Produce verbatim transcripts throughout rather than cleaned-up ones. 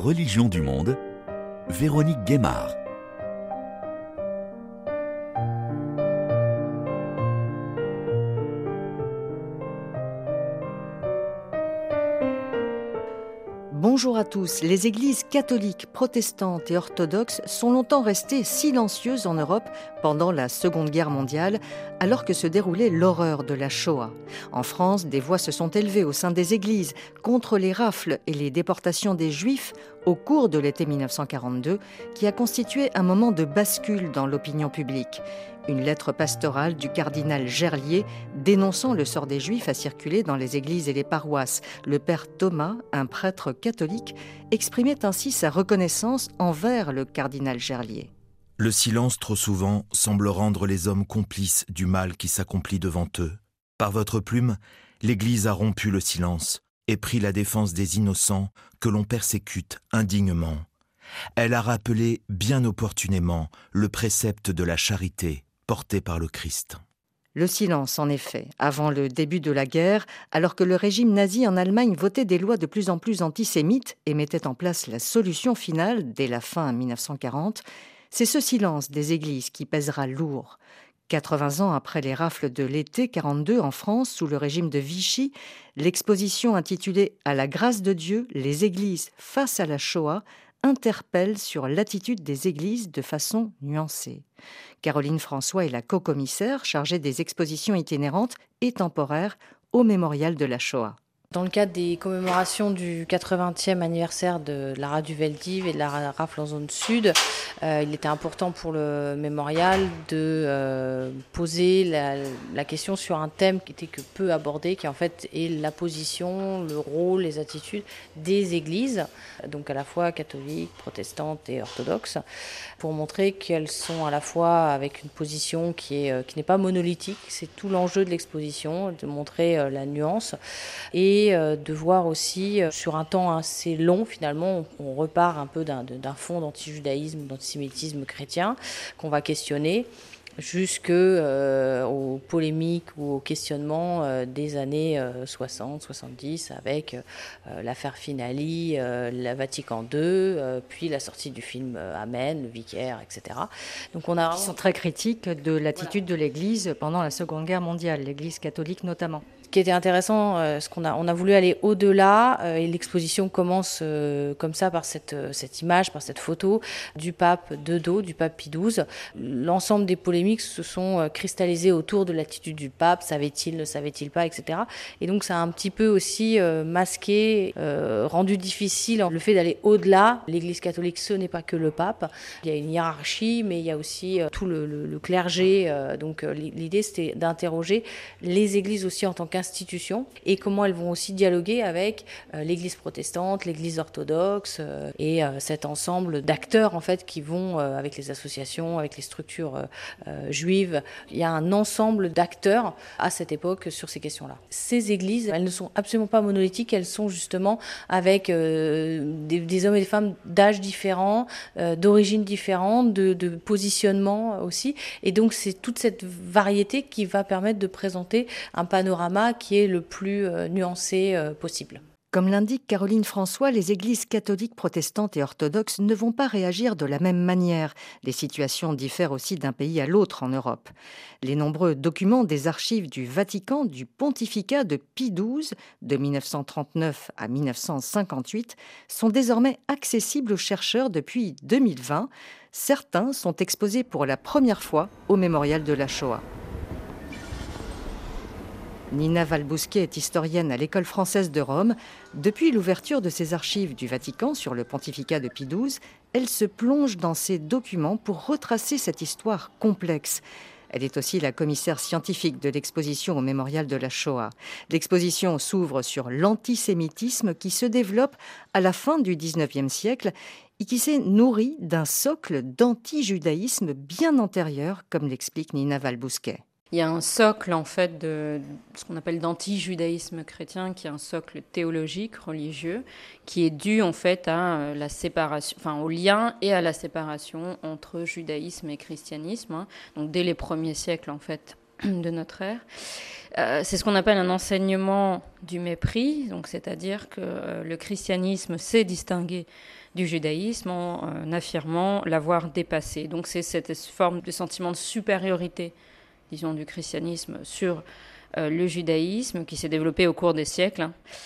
Religion du monde, Véronique Guémard. Bonjour à tous. Les églises catholiques, protestantes et orthodoxes sont longtemps restées silencieuses en Europe pendant la Seconde Guerre mondiale, alors que se déroulait l'horreur de la Shoah. En France, des voix se sont élevées au sein des églises contre les rafles et les déportations des Juifs au cours de l'été mille neuf cent quarante-deux, qui a constitué un moment de bascule dans l'opinion publique. Une lettre pastorale du cardinal Gerlier dénonçant le sort des Juifs a circulé dans les églises et les paroisses. Le père Thomas, un prêtre catholique, exprimait ainsi sa reconnaissance envers le cardinal Gerlier. Le silence, trop souvent, semble rendre les hommes complices du mal qui s'accomplit devant eux. Par votre plume, l'Église a rompu le silence et pris la défense des innocents que l'on persécute indignement. Elle a rappelé bien opportunément le précepte de la charité porté par le Christ. Le silence, en effet, avant le début de la guerre, alors que le régime nazi en Allemagne votait des lois de plus en plus antisémites et mettait en place la solution finale dès la fin mille neuf cent quarante, c'est ce silence des églises qui pèsera lourd. quatre-vingts ans après les rafles de l'été quarante-deux en France, sous le régime de Vichy, l'exposition intitulée « À la grâce de Dieu, les églises face à la Shoah » interpelle sur l'attitude des églises de façon nuancée. Caroline François est la co-commissaire chargée des expositions itinérantes et temporaires au mémorial de la Shoah. Dans le cadre des commémorations du quatre-vingtième anniversaire de la rade du Veldiv et de la rafle en zone sud, euh, il était important pour le mémorial de euh, poser la, la question sur un thème qui était que peu abordé, qui en fait est la position, le rôle, les attitudes des églises, donc à la fois catholiques, protestantes et orthodoxes, pour montrer qu'elles sont à la fois avec une position qui est qui n'est pas monolithique. C'est tout l'enjeu de l'exposition, de montrer euh, la nuance et de voir aussi, sur un temps assez long finalement, on repart un peu d'un, d'un fond d'antijudaïsme, d'antisémitisme chrétien qu'on va questionner jusque euh, aux polémiques ou aux questionnements euh, des années euh, soixante soixante-dix avec euh, l'affaire Finali, euh, la Vatican deux, euh, puis la sortie du film euh, Amen, le Vicaire, et cetera. Donc on a... Ils sont très critiques de l'attitude voilà. de l'Église pendant la Seconde Guerre mondiale, l'Église catholique notamment. Ce qui était intéressant, euh, ce qu'on a, on a voulu aller au-delà, euh, et l'exposition commence euh, comme ça par cette, cette image, par cette photo du pape de dos, du pape Pie douze. L'ensemble des polémiques se sont cristallisées autour de l'attitude du pape, savait-il, ne savait-il pas, et cetera. Et donc ça a un petit peu aussi euh, masqué, euh, rendu difficile le fait d'aller au-delà. L'Église catholique, ce n'est pas que le pape. Il y a une hiérarchie, mais il y a aussi euh, tout le, le, le clergé. Euh, donc euh, l'idée, c'était d'interroger les églises aussi en tant qu'institutions et comment elles vont aussi dialoguer avec euh, l'Église protestante, l'Église orthodoxe euh, et euh, cet ensemble d'acteurs en fait qui vont euh, avec les associations, avec les structures euh, euh, juives. Il y a un ensemble d'acteurs à cette époque sur ces questions-là. Ces églises, elles ne sont absolument pas monolithiques, elles sont justement avec euh, des, des hommes et des femmes d'âge différents, euh, d'origines différentes, de, de positionnement aussi. Et donc c'est toute cette variété qui va permettre de présenter un panorama qui est le plus euh, nuancé euh, possible. Comme l'indique Caroline François, les églises catholiques, protestantes et orthodoxes ne vont pas réagir de la même manière. Les situations diffèrent aussi d'un pays à l'autre en Europe. Les nombreux documents des archives du Vatican du pontificat de Pie douze de mille neuf cent trente-neuf à mille neuf cent cinquante-huit sont désormais accessibles aux chercheurs depuis deux mille vingt. Certains sont exposés pour la première fois au mémorial de la Shoah. Nina Valbousquet est historienne à l'École française de Rome. Depuis l'ouverture de ses archives du Vatican sur le pontificat de Pie douze, elle se plonge dans ces documents pour retracer cette histoire complexe. Elle est aussi la commissaire scientifique de l'exposition au mémorial de la Shoah. L'exposition s'ouvre sur l'antisémitisme qui se développe à la fin du dix-neuvième siècle et qui s'est nourri d'un socle d'antijudaïsme bien antérieur, comme l'explique Nina Valbousquet. Il y a un socle, en fait, de ce qu'on appelle d'anti-judaïsme chrétien, qui est un socle théologique, religieux, qui est dû, en fait, à la séparation, enfin, au lien et à la séparation entre judaïsme et christianisme, hein, donc dès les premiers siècles, en fait, de notre ère. Euh, c'est ce qu'on appelle un enseignement du mépris, donc c'est-à-dire que euh, le christianisme s'est distingué du judaïsme en euh, affirmant l'avoir dépassé. Donc c'est cette forme de sentiment de supériorité, disons, du christianisme sur euh, le judaïsme qui s'est développé au cours des siècles.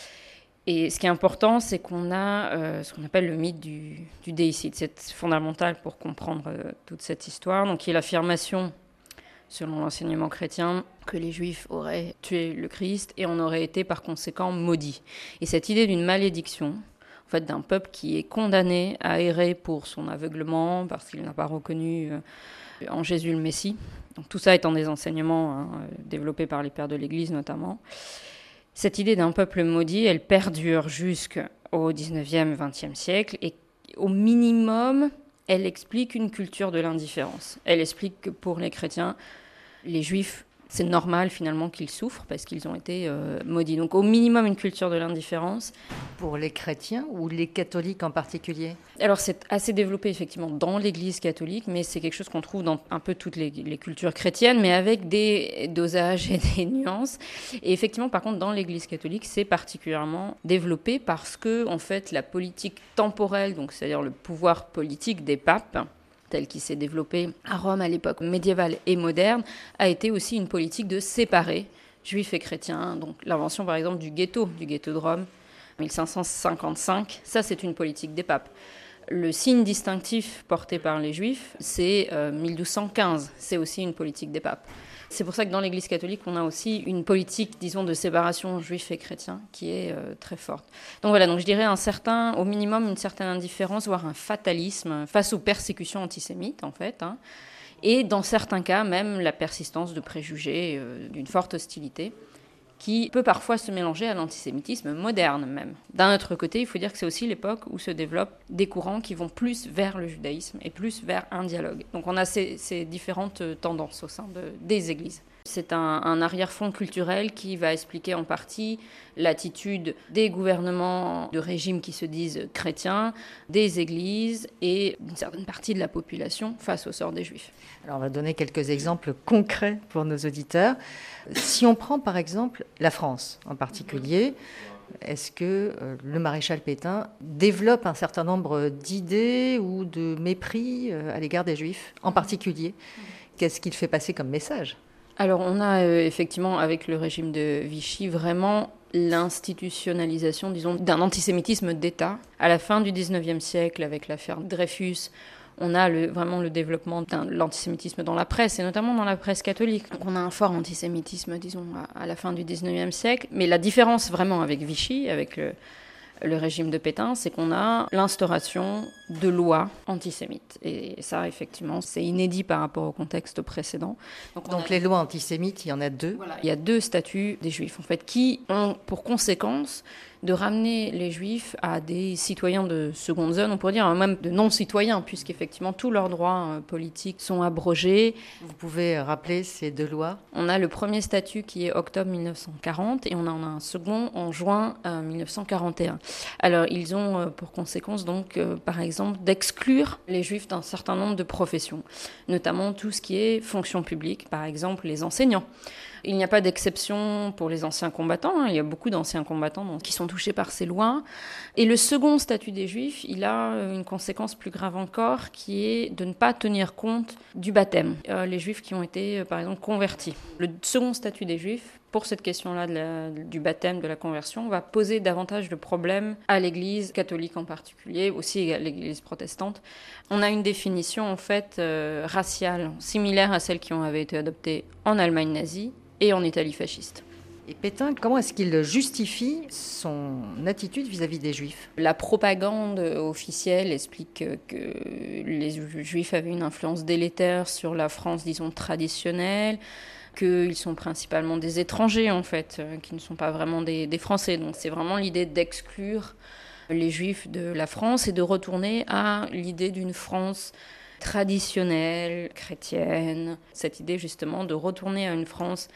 Et ce qui est important, c'est qu'on a euh, ce qu'on appelle le mythe du, du déicide. C'est fondamental pour comprendre euh, toute cette histoire. Donc il y a l'affirmation, selon l'enseignement chrétien, que les Juifs auraient tué le Christ et on aurait été par conséquent maudits. Et cette idée d'une malédiction, en fait, d'un peuple qui est condamné à errer pour son aveuglement, parce qu'il n'a pas reconnu euh, en Jésus le Messie. Donc, tout ça étant des enseignements hein, développés par les pères de l'Église notamment. Cette idée d'un peuple maudit, elle perdure jusqu'au dix-neuvième, vingtième siècle et au minimum, elle explique une culture de l'indifférence. Elle explique que pour les chrétiens, les Juifs, c'est normal finalement qu'ils souffrent parce qu'ils ont été euh, maudits. Donc au minimum une culture de l'indifférence. Pour les chrétiens ou les catholiques en particulier ? Alors c'est assez développé effectivement dans l'Église catholique, mais c'est quelque chose qu'on trouve dans un peu toutes les, les cultures chrétiennes, mais avec des dosages et des nuances. Et effectivement, par contre, dans l'Église catholique, c'est particulièrement développé parce que en fait, la politique temporelle, donc c'est-à-dire le pouvoir politique des papes, tel qu'il s'est développé à Rome à l'époque médiévale et moderne, a été aussi une politique de séparer juifs et chrétiens. Donc l'invention par exemple du ghetto, du ghetto de Rome, mille cinq cent cinquante-cinq, ça c'est une politique des papes. Le signe distinctif porté par les juifs, c'est euh, mille douze cent quinze, c'est aussi une politique des papes. C'est pour ça que dans l'Église catholique, on a aussi une politique, disons, de séparation juifs et chrétiens qui est euh, très forte. Donc voilà, donc je dirais un certain, au minimum une certaine indifférence, voire un fatalisme face aux persécutions antisémites, en fait, hein, et dans certains cas même la persistance de préjugés, euh, d'une forte hostilité, qui peut parfois se mélanger à l'antisémitisme moderne même. D'un autre côté, il faut dire que c'est aussi l'époque où se développent des courants qui vont plus vers le judaïsme et plus vers un dialogue. Donc on a ces, ces différentes tendances au sein de, des églises. C'est un, un arrière-fond culturel qui va expliquer en partie l'attitude des gouvernements de régimes qui se disent chrétiens, des églises et d'une certaine partie de la population face au sort des juifs. Alors on va donner quelques exemples concrets pour nos auditeurs. Si on prend par exemple la France en particulier, est-ce que euh, le maréchal Pétain développe un certain nombre d'idées ou de mépris euh, à l'égard des Juifs en particulier ? Qu'est-ce qu'il fait passer comme message ? Alors on a euh, effectivement avec le régime de Vichy vraiment l'institutionnalisation, disons, d'un antisémitisme d'État. À la fin du dix-neuvième siècle, avec l'affaire Dreyfus, on a le, vraiment le développement de l'antisémitisme dans la presse, et notamment dans la presse catholique. Donc on a un fort antisémitisme, disons, à, à la fin du dix-neuvième siècle. Mais la différence vraiment avec Vichy, avec le, le régime de Pétain, c'est qu'on a l'instauration de lois antisémites. Et ça, effectivement, c'est inédit par rapport au contexte précédent. Donc, Donc a... les lois antisémites, il y en a deux. Voilà. Il y a deux statuts des Juifs, en fait, qui ont pour conséquence de ramener les Juifs à des citoyens de seconde zone, on pourrait dire même de non-citoyens, puisqu'effectivement tous leurs droits euh, politiques sont abrogés. Vous pouvez rappeler ces deux lois ? On a le premier statut qui est octobre mille neuf cent quarante et on en a un second en juin euh, mille neuf cent quarante et un. Alors ils ont euh, pour conséquence donc euh, par exemple d'exclure les Juifs d'un certain nombre de professions, notamment tout ce qui est fonction publique, par exemple les enseignants. Il n'y a pas d'exception pour les anciens combattants. Hein. Il y a beaucoup d'anciens combattants donc, qui sont touchés par ces lois. Et le second statut des Juifs, il a une conséquence plus grave encore, qui est de ne pas tenir compte du baptême. Euh, les Juifs qui ont été, euh, par exemple, convertis. Le second statut des Juifs, pour cette question-là de la, du baptême, de la conversion, va poser davantage de problèmes à l'Église catholique en particulier, aussi à l'Église protestante. On a une définition, en fait, euh, raciale, similaire à celles qui ont avait été adoptées en Allemagne nazie et en Italie fasciste. Et Pétain, comment est-ce qu'il justifie son attitude vis-à-vis des Juifs ? La propagande officielle explique que les Juifs avaient une influence délétère sur la France, disons, traditionnelle, qu'ils sont principalement des étrangers, en fait, qui ne sont pas vraiment des, des Français. Donc c'est vraiment l'idée d'exclure les Juifs de la France et de retourner à l'idée d'une France traditionnelle, chrétienne. Cette idée, justement, de retourner à une France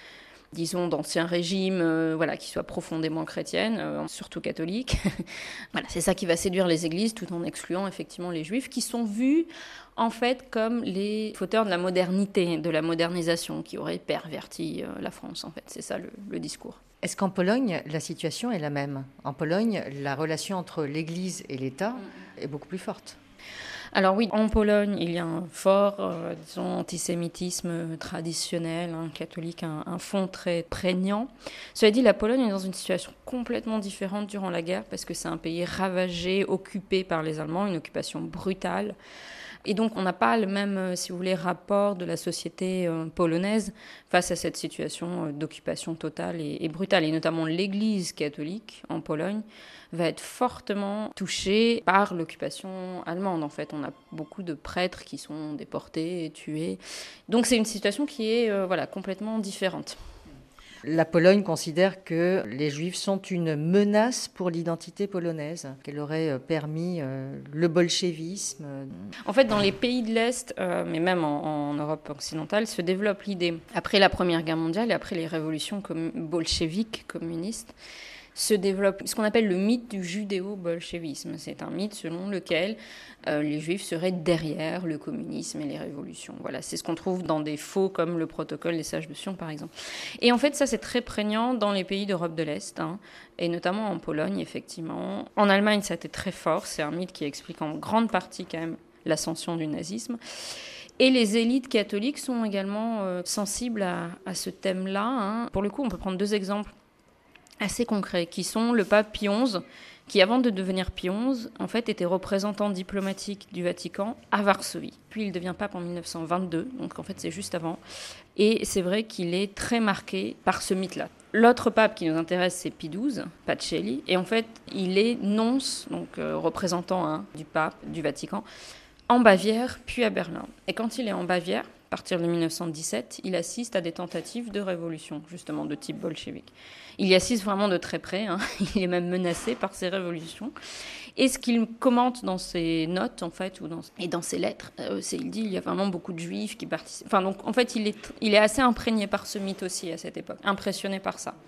disons, d'anciens régimes, euh, voilà, qui soient profondément chrétiennes, euh, surtout catholiques. Voilà, c'est ça qui va séduire les églises, tout en excluant effectivement les juifs, qui sont vus en fait comme les fauteurs de la modernité, de la modernisation, qui auraient perverti euh, la France, en fait. C'est ça le, le discours. Est-ce qu'en Pologne, la situation est la même ? En Pologne, la relation entre l'Église et l'État est beaucoup plus forte. Alors oui, en Pologne, il y a un fort, euh, disons, antisémitisme traditionnel, hein, catholique, un, un fond très prégnant. Cela dit, la Pologne est dans une situation complètement différente durant la guerre, parce que c'est un pays ravagé, occupé par les Allemands, une occupation brutale. Et donc, on n'a pas le même, si vous voulez, rapport de la société euh, polonaise face à cette situation euh, d'occupation totale et, et brutale. Et notamment l'Église catholique en Pologne va être fortement touchée par l'occupation allemande. En fait, on a beaucoup de prêtres qui sont déportés et tués. Donc, c'est une situation qui est euh, voilà, complètement différente. La Pologne considère que les Juifs sont une menace pour l'identité polonaise, qu'elle aurait permis euh, le bolchevisme. En fait, dans les pays de l'Est, euh, mais même en, en Europe occidentale, se développe l'idée, après la Première Guerre mondiale et après les révolutions com- bolcheviques communistes, se développe ce qu'on appelle le mythe du judéo-bolchevisme. C'est un mythe selon lequel euh, les Juifs seraient derrière le communisme et les révolutions. Voilà, c'est ce qu'on trouve dans des faux comme le protocole des sages de Sion, par exemple. Et en fait, ça, c'est très prégnant dans les pays d'Europe de l'Est, hein, et notamment en Pologne, effectivement. En Allemagne, ça a été très fort. C'est un mythe qui explique en grande partie, quand même, l'ascension du nazisme. Et les élites catholiques sont également euh, sensibles à, à ce thème-là, hein. Pour le coup, on peut prendre deux exemples assez concrets, qui sont le pape Pie onze, qui avant de devenir Pie onze, en fait, était représentant diplomatique du Vatican à Varsovie. Puis il devient pape en dix-neuf cent vingt-deux, donc en fait c'est juste avant. Et c'est vrai qu'il est très marqué par ce mythe-là. L'autre pape qui nous intéresse, c'est Pie douze, Pacelli, et en fait il est nonce, donc euh, représentant hein, du pape, du Vatican, en Bavière, puis à Berlin. Et quand il est en Bavière, à partir de dix-neuf cent dix-sept, il assiste à des tentatives de révolution, justement de type bolchevique. Il y assiste vraiment de très près, hein. Il est même menacé par ces révolutions. Et ce qu'il commente dans ses notes, en fait, ou dans, et dans ses lettres, euh, c'est il dit il y a vraiment beaucoup de juifs qui participent. Enfin, donc, en fait, il est, il est assez imprégné par ce mythe aussi à cette époque, impressionné par ça.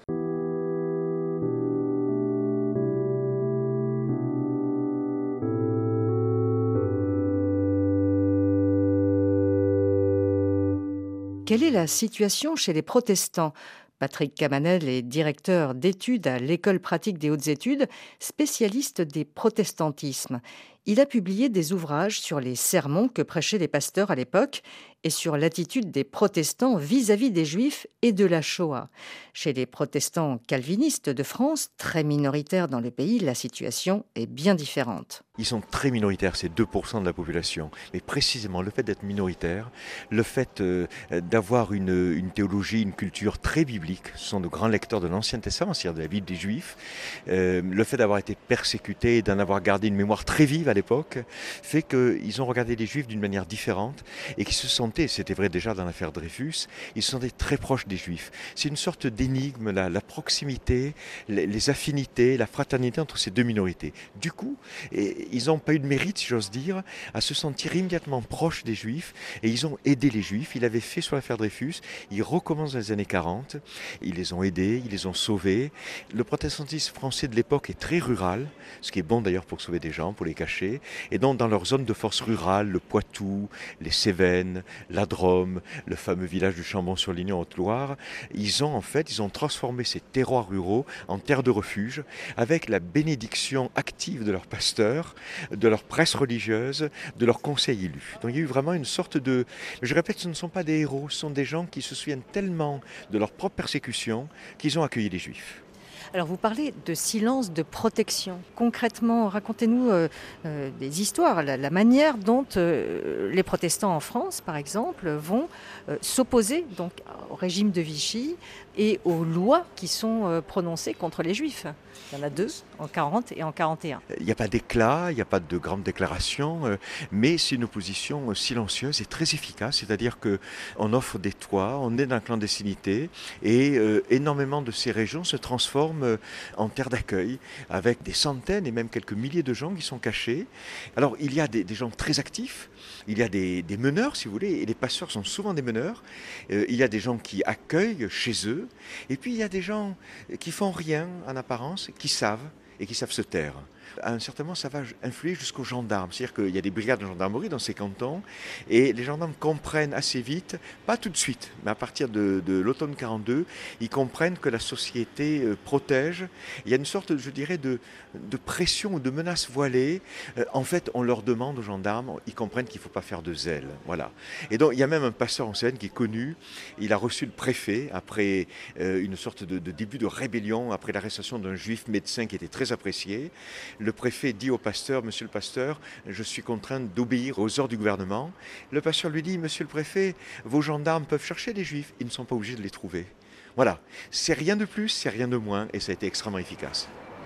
Quelle est la situation chez les protestants ? Patrick Cabanel est directeur d'études à l'École pratique des hautes études, spécialiste des protestantismes. Il a publié des ouvrages sur les sermons que prêchaient les pasteurs à l'époque et sur l'attitude des protestants vis-à-vis des Juifs et de la Shoah. Chez les protestants calvinistes de France, très minoritaires dans le pays, la situation est bien différente. Ils sont très minoritaires, c'est deux pour cent de la population. Mais précisément, le fait d'être minoritaire, le fait euh, d'avoir une, une théologie, une culture très biblique, ce sont de grands lecteurs de l'Ancien Testament, c'est-à-dire de la Bible des Juifs, euh, le fait d'avoir été persécutés et d'en avoir gardé une mémoire très vive à l'époque, fait qu'ils ont regardé les Juifs d'une manière différente et qu'ils se sentaient, c'était vrai déjà dans l'affaire Dreyfus, ils se sentaient très proches des Juifs. C'est une sorte d'énigme, la, la proximité, les, les affinités, la fraternité entre ces deux minorités. Du coup, et, ils n'ont pas eu de mérite, si j'ose dire, à se sentir immédiatement proches des Juifs et ils ont aidé les Juifs. Ils l'avaient fait sur l'affaire Dreyfus, ils recommencent dans les années quarante, ils les ont aidés, ils les ont sauvés. Le protestantisme français de l'époque est très rural, ce qui est bon d'ailleurs pour sauver des gens, pour les cacher. Et donc dans leur zone de force rurale, le Poitou, les Cévennes, la Drôme, le fameux village du Chambon-sur-Lignon en Haute-Loire, ils ont en fait, ils ont transformé ces terroirs ruraux en terres de refuge avec la bénédiction active de leurs pasteurs, de leur presse religieuse, de leurs conseils élus. Donc il y a eu vraiment une sorte de... Je répète, ce ne sont pas des héros, ce sont des gens qui se souviennent tellement de leur propre persécution qu'ils ont accueilli les Juifs. Alors vous parlez de silence de protection. Concrètement, racontez-nous euh, euh, des histoires, la, la manière dont euh, les protestants en France, par exemple, vont euh, s'opposer donc au régime de Vichy et aux lois qui sont euh, prononcées contre les Juifs. Il y en a deux, en quarante et en quarante et un. Il n'y a pas d'éclat, il n'y a pas de grandes déclarations, euh, mais c'est une opposition silencieuse et très efficace, c'est-à-dire qu'on offre des toits, on est dans la clandestinité et euh, énormément de ces régions se transforment euh, en terre d'accueil avec des centaines et même quelques milliers de gens qui sont cachés. Alors il y a des, des gens très actifs, il y a des, des meneurs si vous voulez, et les pasteurs sont souvent des meneurs, euh, il y a des gens qui accueillent chez eux deux. Et puis il y a des gens qui font rien en apparence, qui savent et qui savent se taire. À un certain moment, ça va influer jusqu'aux gendarmes. C'est-à-dire qu'il y a des brigades de gendarmerie dans ces cantons et les gendarmes comprennent assez vite, pas tout de suite, mais à partir de, de l'automne quarante-deux, ils comprennent que la société protège. Il y a une sorte, je dirais, de, de pression ou de menace voilée. En fait, on leur demande aux gendarmes, ils comprennent qu'il ne faut pas faire de zèle. Voilà. Et donc, il y a même un pasteur en Seine qui est connu. Il a reçu le préfet après une sorte de, de début de rébellion, après l'arrestation d'un juif médecin qui était très apprécié. Le préfet dit au pasteur, monsieur le pasteur, je suis contraint d'obéir aux ordres du gouvernement. Le pasteur lui dit, monsieur le préfet, vos gendarmes peuvent chercher les juifs, ils ne sont pas obligés de les trouver. Voilà, c'est rien de plus, c'est rien de moins, et ça a été extrêmement efficace.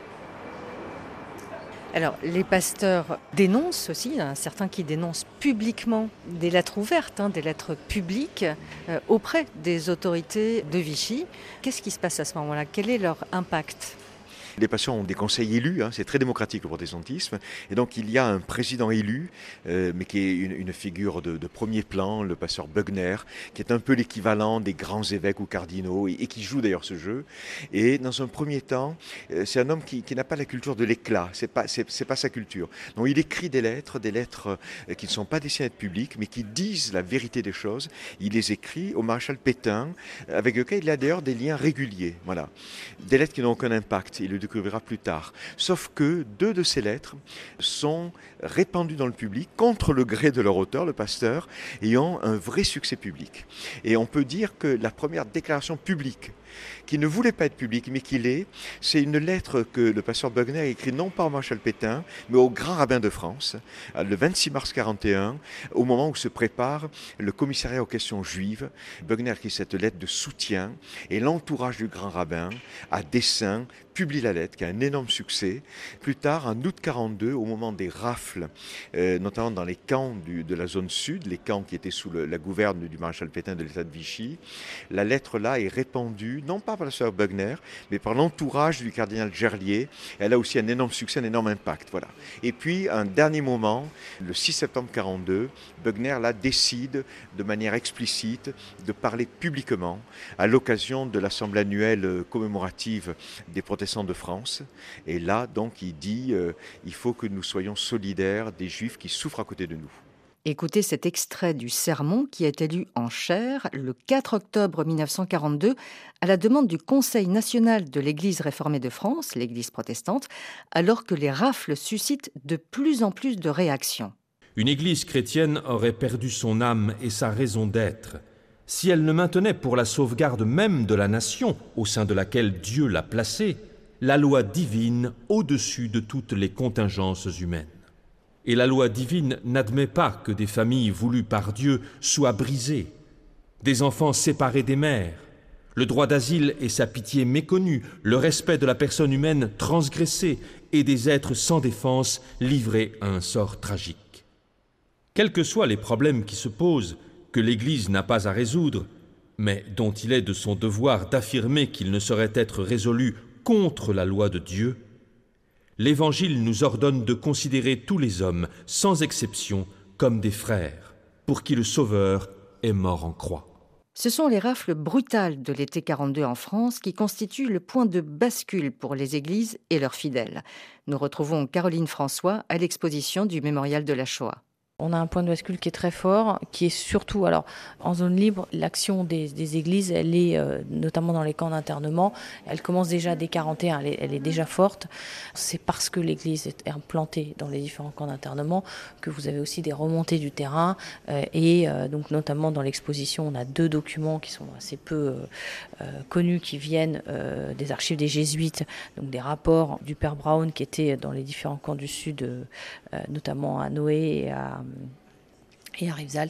Alors, les pasteurs dénoncent aussi, il y en a certains qui dénoncent publiquement des lettres ouvertes, hein, des lettres publiques euh, auprès des autorités de Vichy. Qu'est-ce qui se passe à ce moment-là? Quel est leur impact ? Les pasteurs ont des conseils élus, hein, c'est très démocratique le protestantisme, et donc il y a un président élu, euh, mais qui est une, une figure de, de premier plan, le pasteur Bugner, qui est un peu l'équivalent des grands évêques ou cardinaux, et, et qui joue d'ailleurs ce jeu. Et dans un premier temps, euh, c'est un homme qui, qui n'a pas la culture de l'éclat, c'est pas, c'est, c'est pas sa culture. Donc il écrit des lettres, des lettres euh, qui ne sont pas destinées à être publiques, mais qui disent la vérité des choses. Il les écrit au maréchal Pétain, avec lequel il a d'ailleurs des liens réguliers. Voilà. Des lettres qui n'ont aucun impact. Il le découvrira plus tard. Sauf que deux de ces lettres sont répandues dans le public contre le gré de leur auteur, le pasteur, et ont un vrai succès public. Et on peut dire que la première déclaration publique qui ne voulait pas être publique, mais qui l'est, c'est une lettre que le pasteur Bugner a écrite non pas au maréchal Pétain, mais au grand rabbin de France, le vingt-six mars quarante et un, au moment où se prépare le commissariat aux questions juives. Bugner écrit cette lettre de soutien, et l'entourage du grand rabbin, à dessein, publie la lettre, qui a un énorme succès. Plus tard, en août quarante-deux, au moment des rafles, euh, notamment dans les camps du, de la zone sud, les camps qui étaient sous le, la gouverne du maréchal Pétain de l'État de Vichy, la lettre-là est répandue, non pas par le pasteur Bugner, mais par l'entourage du cardinal Gerlier. Elle a aussi un énorme succès, un énorme impact. Voilà. Et puis, un dernier moment, le six septembre quarante-deux, Bugner là, décide de manière explicite de parler publiquement à l'occasion de l'assemblée annuelle commémorative des protestants de France. Et là, donc, il dit euh, il faut que nous soyons solidaires des Juifs qui souffrent à côté de nous. Écoutez cet extrait du sermon qui a été lu en chaire le quatre octobre mille neuf cent quarante-deux à la demande du Conseil national de l'Église réformée de France, l'Église protestante, alors que les rafles suscitent de plus en plus de réactions. Une Église chrétienne aurait perdu son âme et sa raison d'être si elle ne maintenait pour la sauvegarde même de la nation au sein de laquelle Dieu l'a placée, la loi divine au-dessus de toutes les contingences humaines. Et la loi divine n'admet pas que des familles voulues par Dieu soient brisées, des enfants séparés des mères, le droit d'asile et sa pitié méconnue, le respect de la personne humaine transgressé et des êtres sans défense livrés à un sort tragique. Quels que soient les problèmes qui se posent, que l'Église n'a pas à résoudre, mais dont il est de son devoir d'affirmer qu'ils ne sauraient être résolus contre la loi de Dieu, l'Évangile nous ordonne de considérer tous les hommes, sans exception, comme des frères, pour qui le Sauveur est mort en croix. Ce sont les rafles brutales de l'été quarante-deux en France qui constituent le point de bascule pour les églises et leurs fidèles. Nous retrouvons Caroline François à l'exposition du Mémorial de la Shoah. On a un point de bascule qui est très fort, qui est surtout, alors en zone libre, l'action des, des églises, elle est euh, notamment dans les camps d'internement, elle commence déjà dès quarante et un, elle est, elle est déjà forte. C'est parce que l'église est implantée dans les différents camps d'internement que vous avez aussi des remontées du terrain euh, et euh, donc notamment dans l'exposition, on a deux documents qui sont assez peu euh, euh, connus, qui viennent euh, des archives des jésuites, donc des rapports du père Braun qui était dans les différents camps du sud, euh, notamment à Noé et à et à Rivesaltes,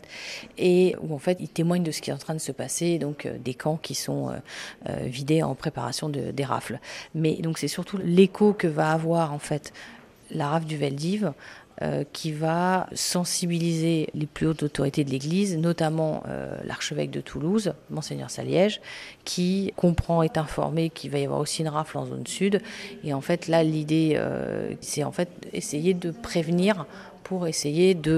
et où en fait il témoigne de ce qui est en train de se passer, donc euh, des camps qui sont euh, euh, vidés en préparation de, des rafles. Mais donc c'est surtout l'écho que va avoir en fait la rafle du Veldiv, euh, qui va sensibiliser les plus hautes autorités de l'Église, notamment euh, l'archevêque de Toulouse, Monseigneur Saliège, qui comprend, est informé qu'il va y avoir aussi une rafle en zone sud. Et en fait là l'idée euh, c'est en fait essayer de prévenir pour essayer de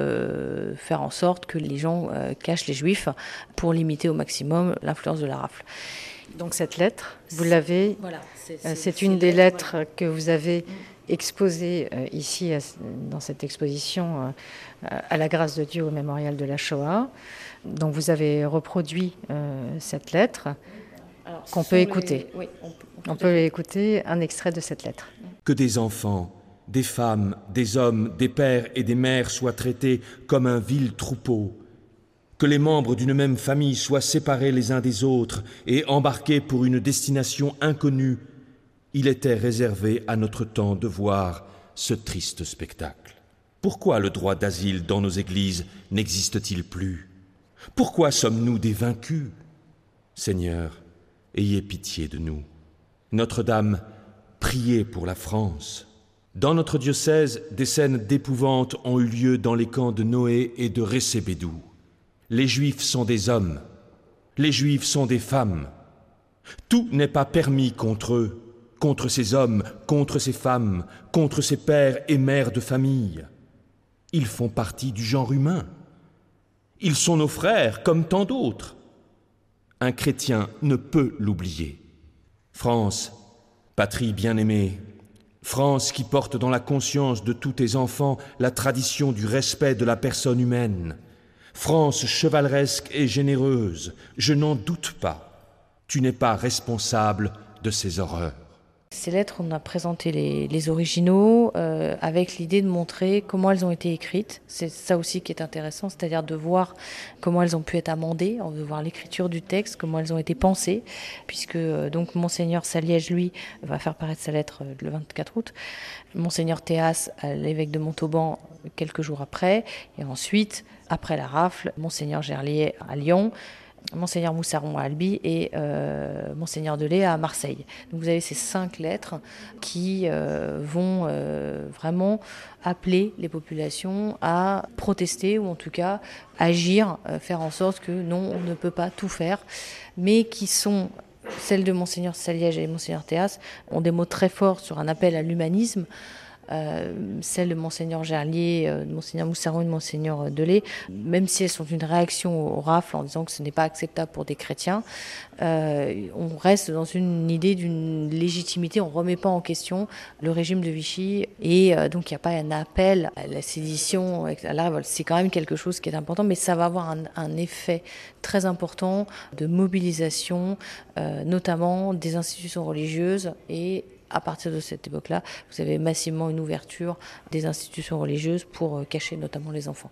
euh, faire en sorte que les gens euh, cachent les Juifs pour limiter au maximum l'influence de la rafle. Donc cette lettre, vous l'avez, voilà, c'est, c'est, c'est, c'est une c'est des lettres voilà. que vous avez exposées euh, ici à, dans cette exposition euh, à la grâce de Dieu au mémorial de la Shoah. Donc vous avez reproduit euh, cette lettre Alors, qu'on peut écouter. Les... Oui, on peut, on peut, on peut écouter un extrait de cette lettre. Que des enfants, des femmes, des hommes, des pères et des mères soient traités comme un vil troupeau, que les membres d'une même famille soient séparés les uns des autres et embarqués pour une destination inconnue, il était réservé à notre temps de voir ce triste spectacle. Pourquoi le droit d'asile dans nos églises n'existe-t-il plus ? Pourquoi sommes-nous des vaincus ? Seigneur, ayez pitié de nous. Notre-Dame, priez pour la France. Dans notre diocèse, des scènes d'épouvante ont eu lieu dans les camps de Noé et de Récébédou. Les Juifs sont des hommes, les Juifs sont des femmes. Tout n'est pas permis contre eux, contre ces hommes, contre ces femmes, contre ces pères et mères de famille. Ils font partie du genre humain. Ils sont nos frères comme tant d'autres. Un chrétien ne peut l'oublier. France, patrie bien-aimée, France qui porte dans la conscience de tous tes enfants la tradition du respect de la personne humaine, France chevaleresque et généreuse, je n'en doute pas, tu n'es pas responsable de ces horreurs. Ces lettres, on a présenté les, les originaux euh, avec l'idée de montrer comment elles ont été écrites. C'est ça aussi qui est intéressant, c'est-à-dire de voir comment elles ont pu être amendées, de voir l'écriture du texte, comment elles ont été pensées, puisque euh, donc Monseigneur Saliège, lui, va faire paraître sa lettre euh, le vingt-quatre août, Monseigneur Théas, l'évêque de Montauban, quelques jours après, et ensuite, après la rafle, Monseigneur Gerlier à Lyon, Monseigneur Moussaron à Albi et euh, Monseigneur Delay à Marseille. Donc vous avez ces cinq lettres qui euh, vont euh, vraiment appeler les populations à protester ou en tout cas agir, euh, faire en sorte que non, on ne peut pas tout faire, mais qui sont, celles de Monseigneur Saliège et Monseigneur Théas, ont des mots très forts sur un appel à l'humanisme. Euh, celle de Monseigneur Gerlier, euh, de Monseigneur Moussaron et de Monseigneur Delay, même si elles sont une réaction au rafle en disant que ce n'est pas acceptable pour des chrétiens, euh, on reste dans une idée d'une légitimité, on ne remet pas en question le régime de Vichy et euh, donc il n'y a pas un appel à la sédition, à la révolte. C'est quand même quelque chose qui est important, mais ça va avoir un, un effet très important de mobilisation, euh, notamment des institutions religieuses et à partir de cette époque-là, vous avez massivement une ouverture des institutions religieuses pour cacher notamment les enfants.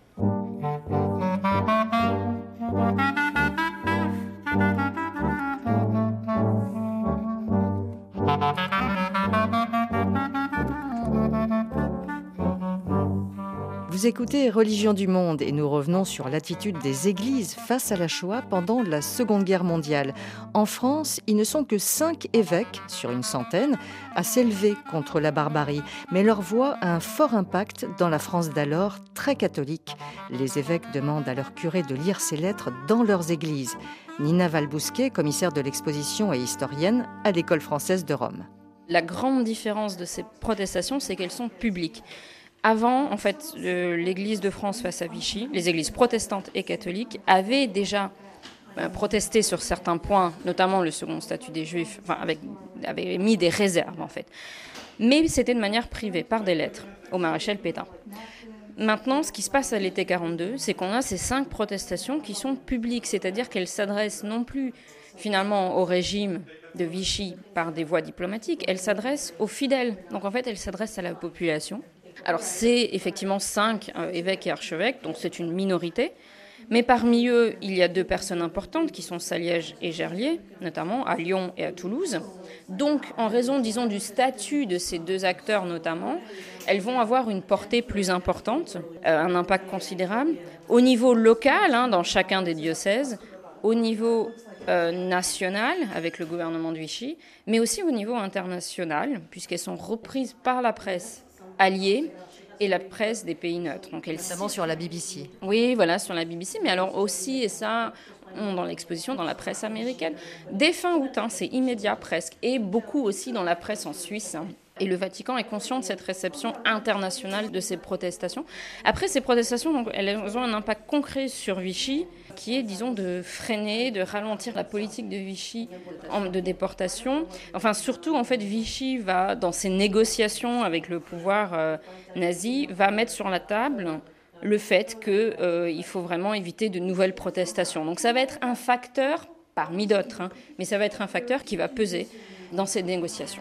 Vous écoutez Religion du monde et nous revenons sur l'attitude des églises face à la Shoah pendant la Seconde Guerre mondiale. En France, ils ne sont que cinq évêques sur une centaine à s'élever contre la barbarie, mais leur voix a un fort impact dans la France d'alors, très catholique. Les évêques demandent à leurs curés de lire ces lettres dans leurs églises. Nina Valbousquet, commissaire de l'exposition et historienne à l'École française de Rome. La grande différence de ces protestations, c'est qu'elles sont publiques. Avant, en fait, l'Église de France face à Vichy, les églises protestantes et catholiques avaient déjà euh, protesté sur certains points, notamment le second statut des Juifs, enfin, avec, avaient mis des réserves, en fait. Mais c'était de manière privée, par des lettres, au maréchal Pétain. Maintenant, ce qui se passe à l'été quarante-deux, c'est qu'on a ces cinq protestations qui sont publiques, c'est-à-dire qu'elles s'adressent non plus, finalement, au régime de Vichy par des voies diplomatiques, elles s'adressent aux fidèles. Donc, en fait, elles s'adressent à la population. Alors c'est effectivement cinq euh, évêques et archevêques, donc c'est une minorité, mais parmi eux, il y a deux personnes importantes qui sont Saliège et Gerlier, notamment à Lyon et à Toulouse. Donc en raison, disons, du statut de ces deux acteurs notamment, elles vont avoir une portée plus importante, euh, un impact considérable, au niveau local, hein, dans chacun des diocèses, au niveau euh, national, avec le gouvernement de Vichy, mais aussi au niveau international, puisqu'elles sont reprises par la presse alliés et la presse des pays neutres. Donc elle notamment sur la B B C. Oui, voilà, sur la B B C, mais alors aussi, et ça, on, dans l'exposition, dans la presse américaine, dès fin août, hein, c'est immédiat presque, et beaucoup aussi dans la presse en Suisse. Hein. Et le Vatican est conscient de cette réception internationale de ces protestations. Après, ces protestations, donc, elles ont un impact concret sur Vichy, qui est, disons, de freiner, de ralentir la politique de Vichy de déportation. Enfin, surtout, en fait, Vichy va, dans ses négociations avec le pouvoir euh, nazi, va mettre sur la table le fait qu'il euh, faut vraiment éviter de nouvelles protestations. Donc ça va être un facteur, parmi d'autres, hein, mais ça va être un facteur qui va peser dans ces négociations.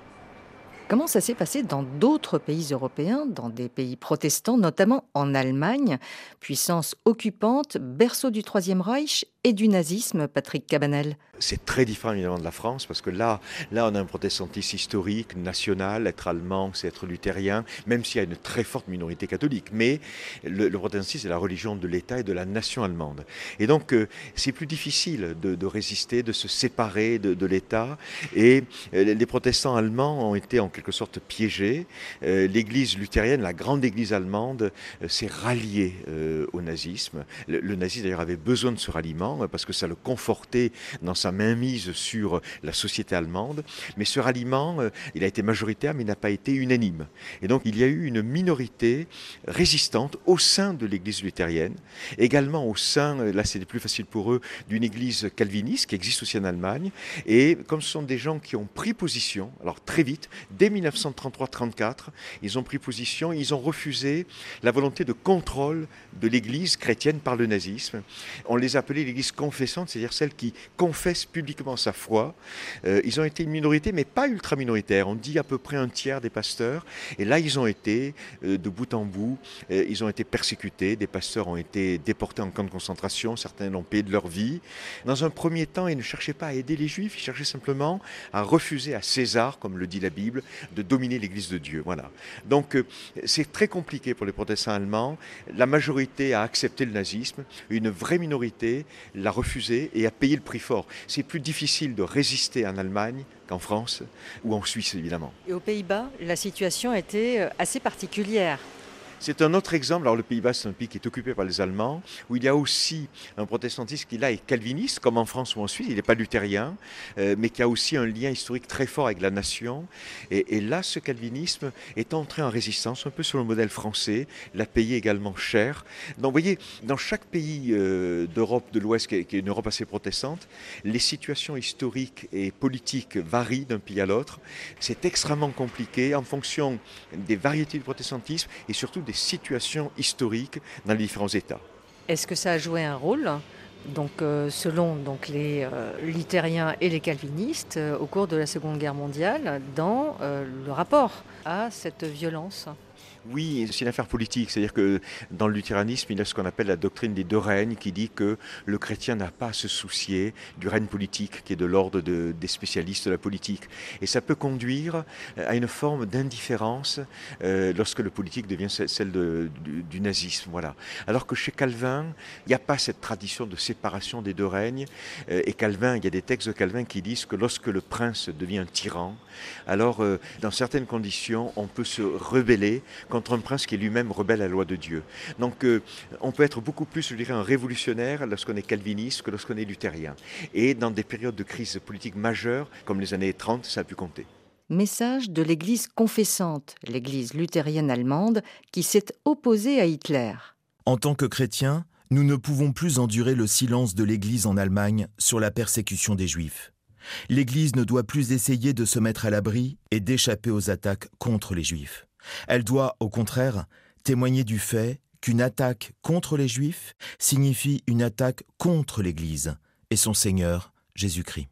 Comment ça s'est passé dans d'autres pays européens, dans des pays protestants, notamment en Allemagne, puissance occupante, berceau du Troisième Reich et du nazisme, Patrick Cabanel? C'est très différent évidemment de la France, parce que là, là on a un protestantisme historique, national. Être allemand, c'est être luthérien, même s'il y a une très forte minorité catholique. Mais le, le protestantisme, c'est la religion de l'État et de la nation allemande. Et donc, euh, c'est plus difficile de, de résister, de se séparer de, de l'État. Et euh, les protestants allemands ont été en quelque sorte piégés. Euh, l'église luthérienne, la grande église allemande, euh, s'est ralliée euh, au nazisme. Le, le nazisme, d'ailleurs, avait besoin de ce ralliement, parce que ça le confortait dans sa mainmise sur la société allemande. Mais ce ralliement, il a été majoritaire, mais il n'a pas été unanime. Et donc, il y a eu une minorité résistante au sein de l'église luthérienne, également au sein, là c'est plus facile pour eux, d'une église calviniste qui existe aussi en Allemagne. Et comme ce sont des gens qui ont pris position, alors très vite, dès dix-neuf cent trente-trois trente-quatre, ils ont pris position, ils ont refusé la volonté de contrôle de l'église chrétienne par le nazisme. On les appelait l'église confessante, c'est-à-dire celle qui confesse publiquement sa foi. Euh, ils ont été une minorité, mais pas ultra-minoritaire. On dit à peu près un tiers des pasteurs. Et là, ils ont été, euh, de bout en bout, euh, ils ont été persécutés. Des pasteurs ont été déportés en camp de concentration. Certains l'ont payé de leur vie. Dans un premier temps, ils ne cherchaient pas à aider les Juifs. Ils cherchaient simplement à refuser à César, comme le dit la Bible, de dominer l'Église de Dieu. Voilà. Donc, euh, c'est très compliqué pour les protestants allemands. La majorité a accepté le nazisme. Une vraie minorité l'a refusé et a payé le prix fort. C'est plus difficile de résister en Allemagne qu'en France ou en Suisse, évidemment. Et aux Pays-Bas, la situation était assez particulière. C'est un autre exemple. Alors le Pays-Bas, c'est un pays qui est occupé par les Allemands, où il y a aussi un protestantisme qui là est calviniste, comme en France ou en Suisse. Il n'est pas luthérien, euh, mais qui a aussi un lien historique très fort avec la nation. Et, et là, ce calvinisme est entré en résistance, un peu sur le modèle français, l'a payé également cher. Donc vous voyez, dans chaque pays euh, d'Europe de l'Ouest, qui est, qui est une Europe assez protestante, les situations historiques et politiques varient d'un pays à l'autre. C'est extrêmement compliqué en fonction des variétés du protestantisme et surtout des situations historiques dans les différents États. Est-ce que ça a joué un rôle, donc, euh, selon donc, les euh, luthériens et les calvinistes, euh, au cours de la Seconde Guerre mondiale, dans euh, le rapport à cette violence ? Oui, c'est une affaire politique, c'est-à-dire que dans le luthéranisme, il y a ce qu'on appelle la doctrine des deux règnes, qui dit que le chrétien n'a pas à se soucier du règne politique, qui est de l'ordre de, des spécialistes de la politique. Et ça peut conduire à une forme d'indifférence euh, lorsque le politique devient celle de, du, du nazisme. Voilà. Alors que chez Calvin, il n'y a pas cette tradition de séparation des deux règnes. Euh, et Calvin, il y a des textes de Calvin qui disent que lorsque le prince devient un tyran, alors euh, dans certaines conditions, on peut se rebeller contre un prince qui est lui-même rebelle à la loi de Dieu. Donc euh, on peut être beaucoup plus, je dirais, un révolutionnaire lorsqu'on est calviniste que lorsqu'on est luthérien. Et dans des périodes de crise politique majeure, comme les années trente, ça a pu compter. Message de l'Église confessante, l'Église luthérienne allemande, qui s'est opposée à Hitler. En tant que chrétiens, nous ne pouvons plus endurer le silence de l'Église en Allemagne sur la persécution des Juifs. L'Église ne doit plus essayer de se mettre à l'abri et d'échapper aux attaques contre les Juifs. Elle doit, au contraire, témoigner du fait qu'une attaque contre les Juifs signifie une attaque contre l'Église et son Seigneur, Jésus-Christ.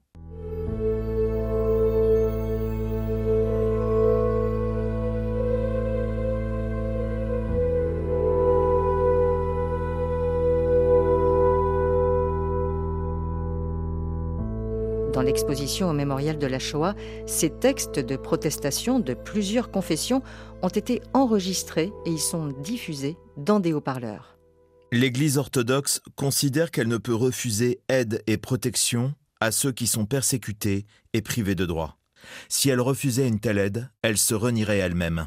Dans l'exposition au mémorial de la Shoah, ces textes de protestation de plusieurs confessions ont été enregistrés et ils sont diffusés dans des haut-parleurs. L'Église orthodoxe considère qu'elle ne peut refuser aide et protection à ceux qui sont persécutés et privés de droits. Si elle refusait une telle aide, elle se renierait elle-même.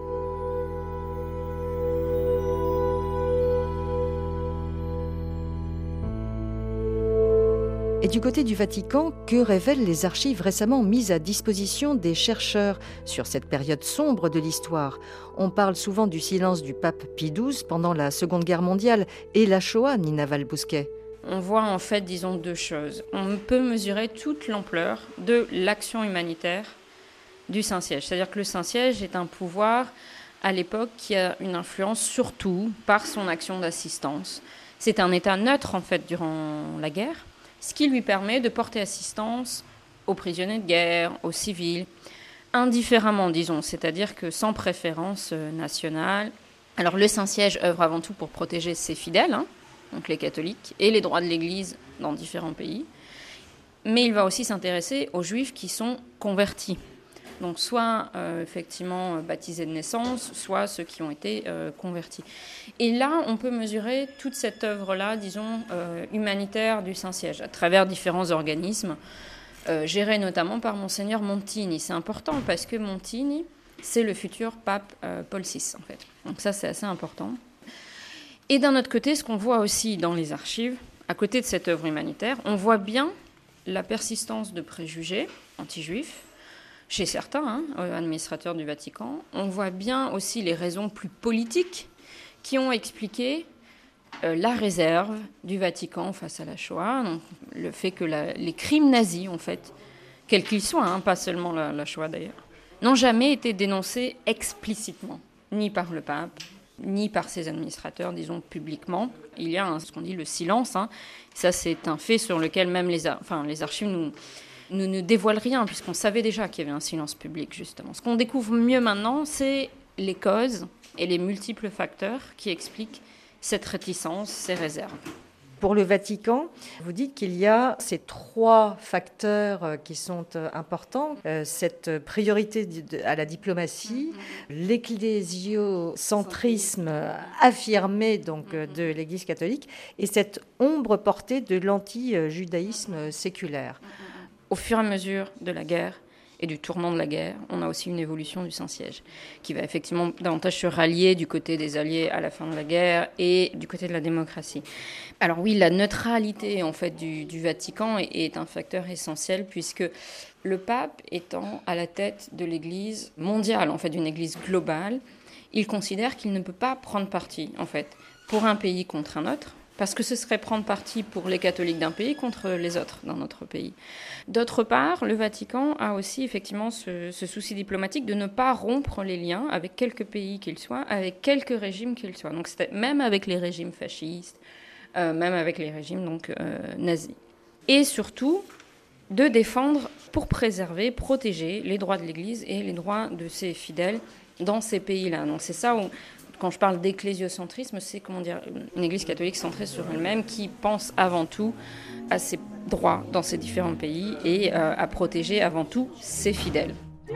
Et du côté du Vatican, que révèlent les archives récemment mises à disposition des chercheurs sur cette période sombre de l'histoire ? On parle souvent du silence du pape Pie douze pendant la Seconde Guerre mondiale et la Shoah, Nina Val-Bousquet. on voit en fait, disons, deux choses. On peut mesurer toute l'ampleur de l'action humanitaire du Saint-Siège. C'est-à-dire que le Saint-Siège est un pouvoir, à l'époque, qui a une influence surtout par son action d'assistance. C'est un État neutre, en fait, durant la guerre, ce qui lui permet de porter assistance aux prisonniers de guerre, aux civils, indifféremment, disons, c'est-à-dire que sans préférence nationale. Alors, le Saint-Siège œuvre avant tout pour protéger ses fidèles, hein, donc les catholiques, et les droits de l'Église dans différents pays. Mais il va aussi s'intéresser aux Juifs qui sont convertis. Donc soit euh, effectivement baptisés de naissance, soit ceux qui ont été euh, convertis. Et là, on peut mesurer toute cette œuvre-là, disons, euh, humanitaire du Saint-Siège, à travers différents organismes, euh, gérés notamment par Monseigneur Montini. C'est important parce que Montini, c'est le futur pape euh, Paul six, en fait. Donc ça, c'est assez important. Et d'un autre côté, ce qu'on voit aussi dans les archives, à côté de cette œuvre humanitaire, on voit bien la persistance de préjugés anti-juifs, chez certains hein, administrateurs du Vatican. On voit bien aussi les raisons plus politiques qui ont expliqué euh, la réserve du Vatican face à la Shoah. Donc, le fait que la, les crimes nazis, en fait, quels qu'ils soient, hein, pas seulement la, la Shoah d'ailleurs, n'ont jamais été dénoncés explicitement, ni par le pape, ni par ses administrateurs, disons, publiquement. Il y a hein, ce qu'on dit le silence. Hein. Ça, c'est un fait sur lequel même les, enfin, les archives nous... ne nous dévoile rien, puisqu'on savait déjà qu'il y avait un silence public, justement. Ce qu'on découvre mieux maintenant, c'est les causes et les multiples facteurs qui expliquent cette réticence, ces réserves. Pour le Vatican, vous dites qu'il y a ces trois facteurs qui sont importants. Euh, cette priorité à la diplomatie, l'ecclésiocentrisme affirmé donc, de l'Église catholique et cette ombre portée de l'anti-judaïsme séculaire. Au fur et à mesure de la guerre et du tournant de la guerre, on a aussi une évolution du Saint-Siège qui va effectivement davantage se rallier du côté des Alliés à la fin de la guerre et du côté de la démocratie. Alors oui, la neutralité en fait du, du Vatican est, est un facteur essentiel puisque le pape étant à la tête de l'Église mondiale, en fait d'une Église globale, il considère qu'il ne peut pas prendre parti en fait pour un pays contre un autre. Parce que ce serait prendre parti pour les catholiques d'un pays contre les autres dans notre pays. D'autre part, le Vatican a aussi effectivement ce, ce souci diplomatique de ne pas rompre les liens avec quelque pays qu'ils soient, avec quelque régime qu'ils soient. Donc c'était même avec les régimes fascistes, euh, même avec les régimes donc, euh, nazis. Et surtout, de défendre pour préserver, protéger les droits de l'Église et les droits de ses fidèles dans ces pays-là. Donc c'est ça où... Quand je parle d'ecclésiocentrisme, c'est comment dire, une Église catholique centrée sur elle-même qui pense avant tout à ses droits dans ces différents pays et euh, à protéger avant tout ses fidèles.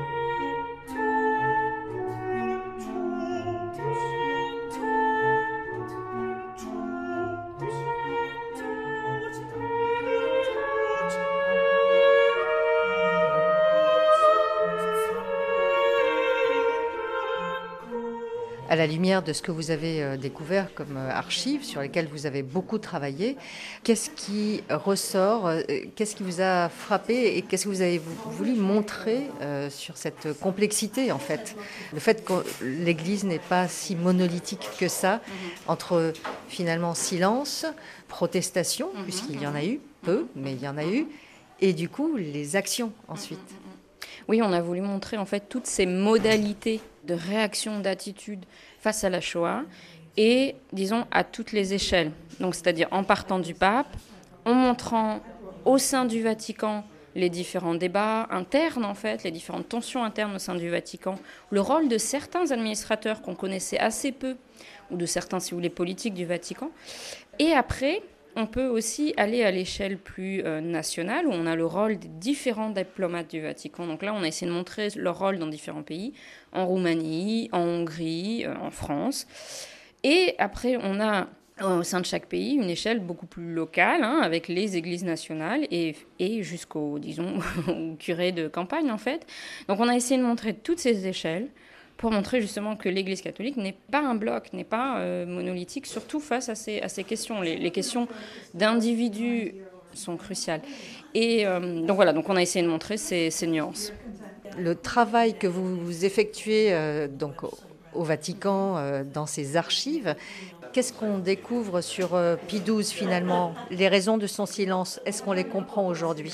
À la lumière de ce que vous avez découvert comme archives, sur lesquelles vous avez beaucoup travaillé, qu'est-ce qui ressort, qu'est-ce qui vous a frappé et qu'est-ce que vous avez voulu montrer sur cette complexité, en fait? Le fait que l'Église n'est pas si monolithique que ça, entre finalement silence, protestation, puisqu'il y en a eu, peu, mais il y en a eu, et du coup les actions ensuite. Oui, on a voulu montrer en fait toutes ces modalités de réaction, d'attitude face à la Shoah et, disons, à toutes les échelles. Donc, c'est-à-dire en partant du pape, en montrant au sein du Vatican les différents débats internes, en fait, les différentes tensions internes au sein du Vatican, le rôle de certains administrateurs qu'on connaissait assez peu, ou de certains, si vous voulez, politiques du Vatican. Et après, on peut aussi aller à l'échelle plus euh, nationale, où on a le rôle des différents diplomates du Vatican. Donc là, on a essayé de montrer leur rôle dans différents pays, en Roumanie, en Hongrie, euh, en France. Et après, on a au sein de chaque pays une échelle beaucoup plus locale, hein, avec les églises nationales et, et jusqu'au, disons, au curé de campagne, en fait. Donc on a essayé de montrer toutes ces échelles pour montrer justement que l'Église catholique n'est pas un bloc, n'est pas euh, monolithique, surtout face à ces, à ces questions. Les, les questions d'individus sont cruciales. Et euh, donc voilà, donc on a essayé de montrer ces, ces nuances. Le travail que vous effectuez euh, donc, au, au Vatican, euh, dans ces archives, Qu'est-ce qu'on découvre sur euh, Pie douze finalement? Les raisons de son silence, est-ce qu'on les comprend aujourd'hui?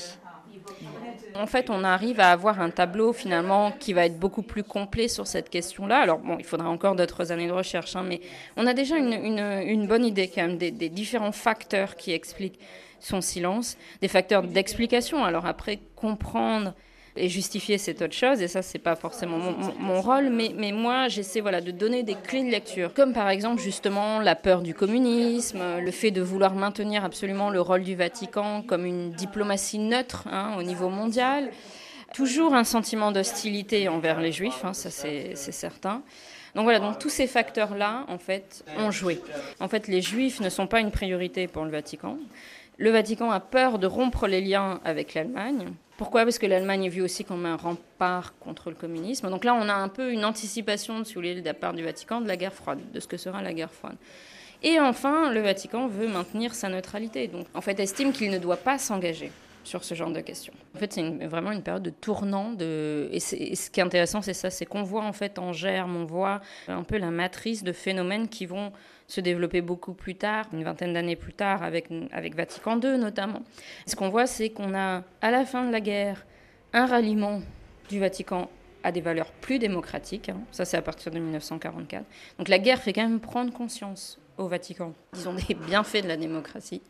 En fait, on arrive à avoir un tableau finalement qui va être beaucoup plus complet sur cette question-là. Alors bon, il faudra encore d'autres années de recherche, hein, mais on a déjà une, une, une bonne idée quand même des, des différents facteurs qui expliquent son silence, des facteurs d'explication. Alors après, comprendre et justifier, c'est autre chose, et ça, c'est pas forcément mon, mon, mon rôle, mais, mais moi, j'essaie voilà, de donner des clés de lecture, comme par exemple, justement, la peur du communisme, le fait de vouloir maintenir absolument le rôle du Vatican comme une diplomatie neutre hein, au niveau mondial, toujours un sentiment d'hostilité envers les Juifs, hein, ça c'est, c'est certain. Donc voilà, donc tous ces facteurs-là, en fait, ont joué. En fait, les Juifs ne sont pas une priorité pour le Vatican. Le Vatican a peur de rompre les liens avec l'Allemagne. Pourquoi ? Parce que l'Allemagne est vue aussi comme un rempart contre le communisme. Donc là, on a un peu une anticipation, si vous voulez, de la part du Vatican, de la guerre froide, de ce que sera la guerre froide. Et enfin, le Vatican veut maintenir sa neutralité. Donc, en fait, estime qu'il ne doit pas s'engager sur ce genre de questions. En fait, c'est une, vraiment une période de tournant. De, et, et ce qui est intéressant, c'est ça, c'est qu'on voit en fait en germe, on voit un peu la matrice de phénomènes qui vont se développer beaucoup plus tard, une vingtaine d'années plus tard, avec, avec Vatican deux notamment. Ce qu'on voit, c'est qu'on a, à la fin de la guerre, un ralliement du Vatican à des valeurs plus démocratiques. Hein. Ça, c'est à partir de dix-neuf cent quarante-quatre. Donc la guerre fait quand même prendre conscience au Vatican, disons, des bienfaits de la démocratie.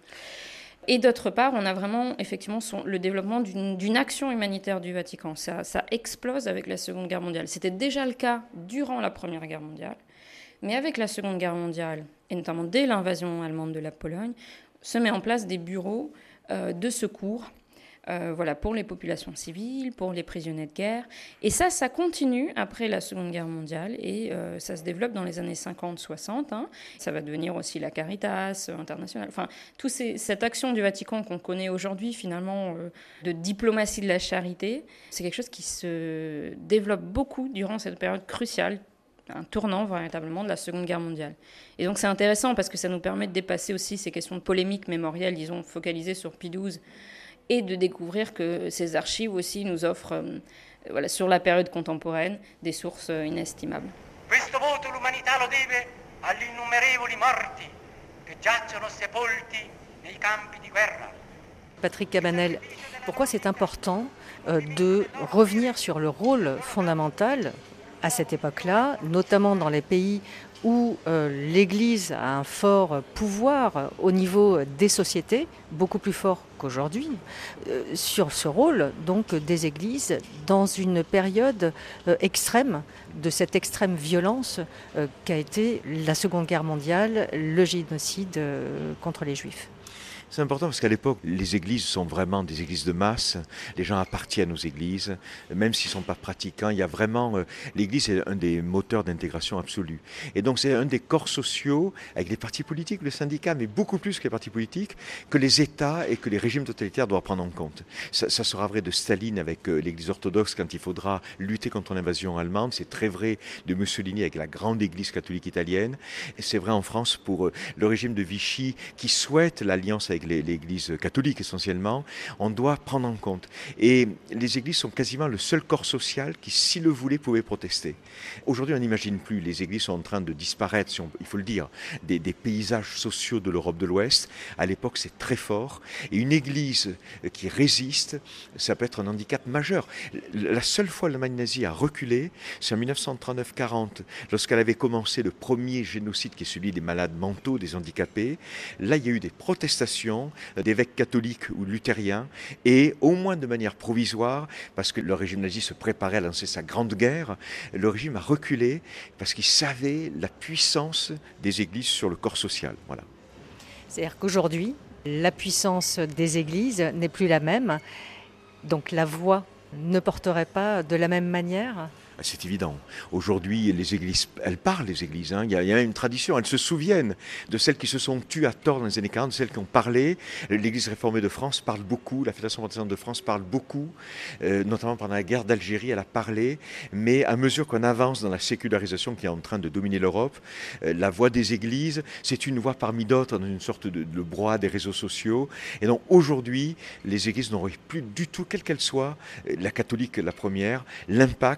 Et d'autre part, on a vraiment effectivement son, le développement d'une, d'une action humanitaire du Vatican. Ça, ça explose avec la Seconde Guerre mondiale. C'était déjà le cas durant la Première Guerre mondiale. Mais avec la Seconde Guerre mondiale, et notamment dès l'invasion allemande de la Pologne, se met en place des bureaux euh, de secours euh, voilà, pour les populations civiles, pour les prisonniers de guerre. Et ça, ça continue après la Seconde Guerre mondiale et euh, ça se développe dans les années cinquante soixante. Hein. Ça va devenir aussi la Caritas internationale. Enfin, toute cette action du Vatican qu'on connaît aujourd'hui, finalement, euh, de diplomatie de la charité, c'est quelque chose qui se développe beaucoup durant cette période cruciale, un tournant véritablement de la Seconde Guerre mondiale. Et donc c'est intéressant parce que ça nous permet de dépasser aussi ces questions de polémique mémorielle, disons, focalisées sur Pie douze, et de découvrir que ces archives aussi nous offrent, euh, voilà, sur la période contemporaine, des sources euh, inestimables. Questo voto l'umanità lo deve agli innumerevoli morti che giacciono sepolti nei campi di guerra. Patrick Cabanel, pourquoi c'est important euh, de revenir sur le rôle fondamental à cette époque-là, notamment dans les pays où euh, l'Église a un fort pouvoir au niveau des sociétés, beaucoup plus fort qu'aujourd'hui, euh, sur ce rôle donc des Églises dans une période euh, extrême, de cette extrême violence euh, qu'a été la Seconde Guerre mondiale, le génocide euh, contre les Juifs. C'est important parce qu'à l'époque, les églises sont vraiment des églises de masse. Les gens appartiennent aux églises, même s'ils ne sont pas pratiquants. Il y a vraiment, euh, l'église est un des moteurs d'intégration absolue. Et donc c'est un des corps sociaux, avec les partis politiques, le syndicat, mais beaucoup plus que les partis politiques, que les États et que les régimes totalitaires doivent prendre en compte. Ça, ça sera vrai de Staline avec euh, l'église orthodoxe quand il faudra lutter contre l'invasion allemande. C'est très vrai de Mussolini avec la grande église catholique italienne. Et c'est vrai en France pour euh, le régime de Vichy qui souhaite l'alliance avec l'Église catholique essentiellement, on doit prendre en compte. Et les églises sont quasiment le seul corps social qui, s'il le voulait, pouvait protester. Aujourd'hui, on n'imagine plus. Les églises sont en train de disparaître, si on, il faut le dire, des, des paysages sociaux de l'Europe de l'Ouest. À l'époque, c'est très fort. Et une église qui résiste, ça peut être un handicap majeur. La seule fois l'Allemagne nazie a reculé, c'est en dix-neuf cent trente-neuf quarante, lorsqu'elle avait commencé le premier génocide qui est celui des malades mentaux, des handicapés. Là, il y a eu des protestations d'évêques catholiques ou luthériens, et au moins de manière provisoire, parce que le régime nazi se préparait à lancer sa grande guerre, le régime a reculé parce qu'il savait la puissance des églises sur le corps social. Voilà. C'est-à-dire qu'aujourd'hui, la puissance des églises n'est plus la même, donc la voix ne porterait pas de la même manière ? C'est évident. Aujourd'hui, les églises, elles parlent, les églises. Hein. Il y a, il y a une tradition. Elles se souviennent de celles qui se sont tues à tort dans les années quarante, de celles qui ont parlé. L'Église réformée de France parle beaucoup. La Fédération protestante de France parle beaucoup. Euh, notamment pendant la guerre d'Algérie, elle a parlé. Mais à mesure qu'on avance dans la sécularisation qui est en train de dominer l'Europe, euh, la voix des églises, c'est une voix parmi d'autres dans une sorte de, de brouhaha des réseaux sociaux. Et donc aujourd'hui, les églises n'auraient plus du tout, quelle qu'elle soit, la catholique la première, l'impact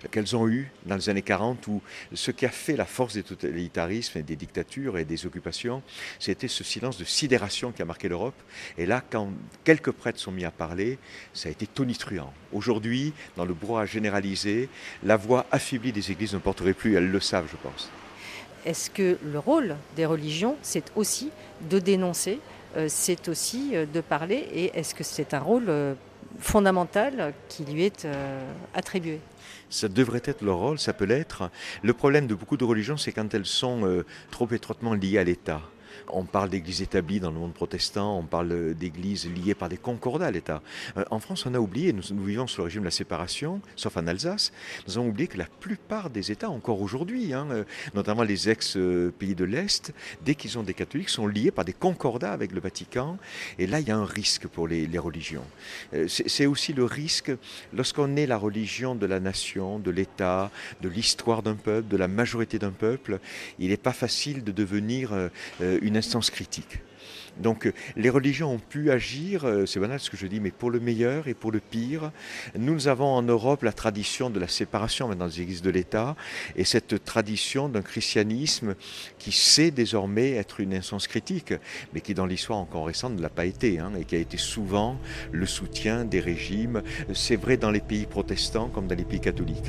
qu'elles ont eues dans les années quarante, où ce qui a fait la force des totalitarismes et des dictatures et des occupations, c'était ce silence de sidération qui a marqué l'Europe. Et là, quand quelques prêtres sont mis à parler, ça a été tonitruant. Aujourd'hui, dans le brouhaha généralisé, la voix affaiblie des églises ne porterait plus, elles le savent, je pense. Est-ce que le rôle des religions, c'est aussi de dénoncer, euh, c'est aussi euh, de parler, et est-ce que c'est un rôle euh, fondamental qui lui est euh, attribué ? Ça devrait être leur rôle, ça peut l'être. Le problème de beaucoup de religions, c'est quand elles sont euh, trop étroitement liées à l'État. On parle d'églises établies dans le monde protestant, on parle d'églises liées par des concordats à l'État. Euh, en France, on a oublié, nous, nous vivons sous le régime de la séparation, sauf en Alsace, nous avons oublié que la plupart des États, encore aujourd'hui, hein, euh, notamment les ex-pays de l'Est, dès qu'ils ont des catholiques, sont liés par des concordats avec le Vatican. Et là, il y a un risque pour les, les religions. Euh, c'est, c'est aussi le risque, lorsqu'on est la religion de la nation, de l'État, de l'histoire d'un peuple, de la majorité d'un peuple, il n'est pas facile de devenir euh, une instance critique. Donc les religions ont pu agir, c'est banal ce que je dis, mais pour le meilleur et pour le pire. Nous avons en Europe la tradition de la séparation maintenant des églises de l'État, et cette tradition d'un christianisme qui sait désormais être une instance critique, mais qui dans l'histoire encore récente ne l'a pas été, hein, et qui a été souvent le soutien des régimes. C'est vrai dans les pays protestants comme dans les pays catholiques.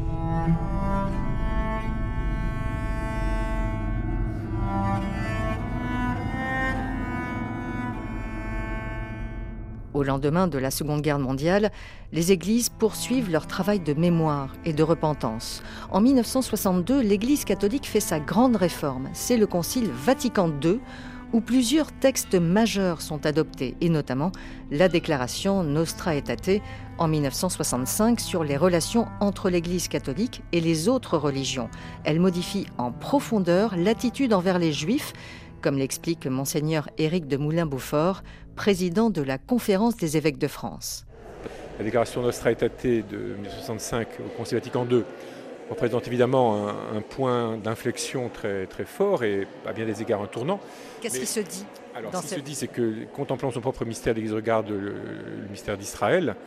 Au lendemain de la Seconde Guerre mondiale, les églises poursuivent leur travail de mémoire et de repentance. En mille neuf cent soixante-deux, l'Église catholique fait sa grande réforme. C'est le Concile Vatican deux, où plusieurs textes majeurs sont adoptés, et notamment la déclaration Nostra Aetate en mille neuf cent soixante-cinq sur les relations entre l'Église catholique et les autres religions. Elle modifie en profondeur l'attitude envers les Juifs, comme l'explique Monseigneur Éric de Moulin-Beaufort, président de la Conférence des évêques de France. La déclaration Nostra Aetate de mille neuf cent soixante-cinq au Concile Vatican deux représente évidemment un, un point d'inflexion très, très fort et à bien des égards un tournant. Qu'est-ce Mais, qui se dit alors, dans ce qui cette... se dit, c'est que contemplant son propre mystère, l'Église regarde le, le mystère d'Israël